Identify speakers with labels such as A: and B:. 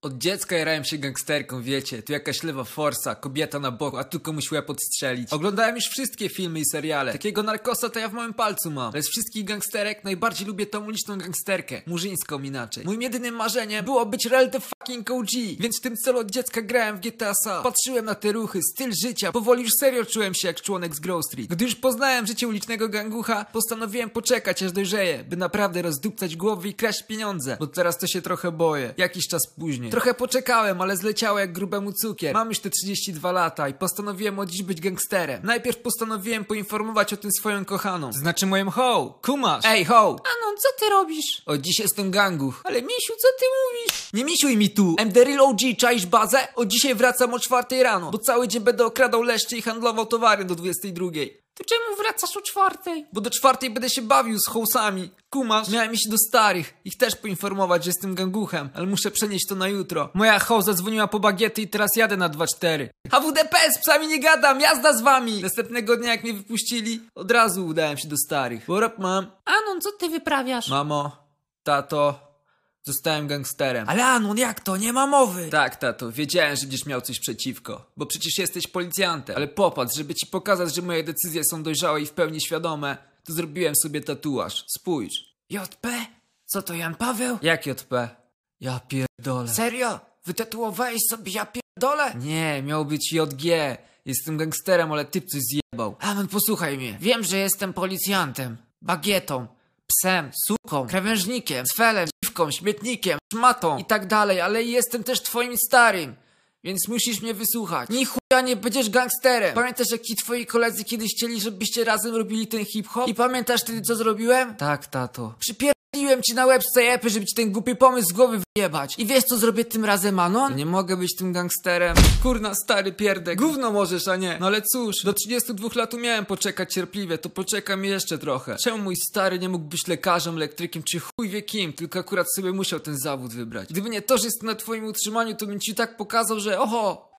A: Od dziecka jarałem się gangsterką, wiecie, tu jakaś lewa forsa, kobieta na boku, a tu komuś łeb odstrzelić. Oglądałem już wszystkie filmy i seriale. Takiego narkosa to ja w małym palcu mam. Ale z wszystkich gangsterek najbardziej lubię tą uliczną gangsterkę. Murzyńską inaczej. Moim jedynym marzeniem było być real the fucking OG. Więc w tym celu od dziecka grałem w GTA SA. Patrzyłem na te ruchy, styl życia. Powoli już serio czułem się jak członek z Grove Street. Gdy już poznałem życie ulicznego gangucha, postanowiłem poczekać aż dojrzeję, by naprawdę rozdupcać głowy i kraść pieniądze. Bo teraz to się trochę boję. Jakiś czas później. Trochę poczekałem, ale zleciało jak grubemu cukier. Mam już te 32 lata i postanowiłem od dziś być gangsterem. Najpierw postanowiłem poinformować o tym swoją kochaną. Znaczy moją ho! Kumasz! Ej ho!
B: Anon, co ty robisz?
A: Od dziś jestem ganguch.
B: Ale misiu, co ty mówisz?
A: Nie misiuj mi tu! I'm the real OG, czaisz bazę? Od dzisiaj wracam o 4 rano, bo cały dzień będę okradał leszcze i handlował towary do 22.
B: To czemu wracasz o 4?
A: Bo do 4 będę się bawił z hołsami. Kumasz? Miałem iść do starych. Ich też poinformować, że jestem ganguchem, ale muszę przenieść to na jutro. Moja ho zadzwoniła po bagiety i teraz jadę na 2-4. HWDP, z psami nie gadam, jazda z wami! Następnego dnia jak mnie wypuścili, od razu udałem się do starych. What up, mam?
B: Anon, co ty wyprawiasz?
A: Mamo, tato, zostałem gangsterem.
B: Ale Anon, jak to? Nie ma mowy.
A: Tak, tato, wiedziałem, że będziesz miał coś przeciwko, bo przecież jesteś policjantem. Ale popatrz, żeby ci pokazać, że moje decyzje są dojrzałe i w pełni świadome, to zrobiłem sobie tatuaż. Spójrz.
B: JP? Co to, Jan Paweł?
A: Jak JP? Ja pierdolę.
B: Serio? Wytatuowałeś sobie ja pierdolę?
A: Nie, miał być JG. Jestem gangsterem, ale typ coś zjebał.
B: Anon, posłuchaj mnie. Wiem, że jestem policjantem, bagietą, psem, suką, krawężnikiem, cfelem, dziwką, śmietnikiem, szmatą i tak dalej, ale jestem też twoim starym. Więc musisz mnie wysłuchać. Ni chuja nie będziesz gangsterem. Pamiętasz, jak ci twoi koledzy kiedyś chcieli, żebyście razem robili ten hip-hop? I pamiętasz wtedy, co zrobiłem?
A: Tak, tato.
B: Przypierdoliłem ci na łeb z cepy, żeby ci ten głupi pomysł z głowy wyjebać. I wiesz, co zrobię tym razem, Anon?
A: Nie mogę być tym gangsterem. Kurna, stary pierdek. Gówno możesz, a nie. No ale cóż, do 32 lat umiałem poczekać cierpliwie, to poczekam jeszcze trochę. Czemu mój stary nie mógł być lekarzem, elektrykiem, czy chuj wie kim, tylko akurat sobie musiał ten zawód wybrać. Gdyby nie to, że jestem na twoim utrzymaniu, to bym ci tak pokazał, że oho,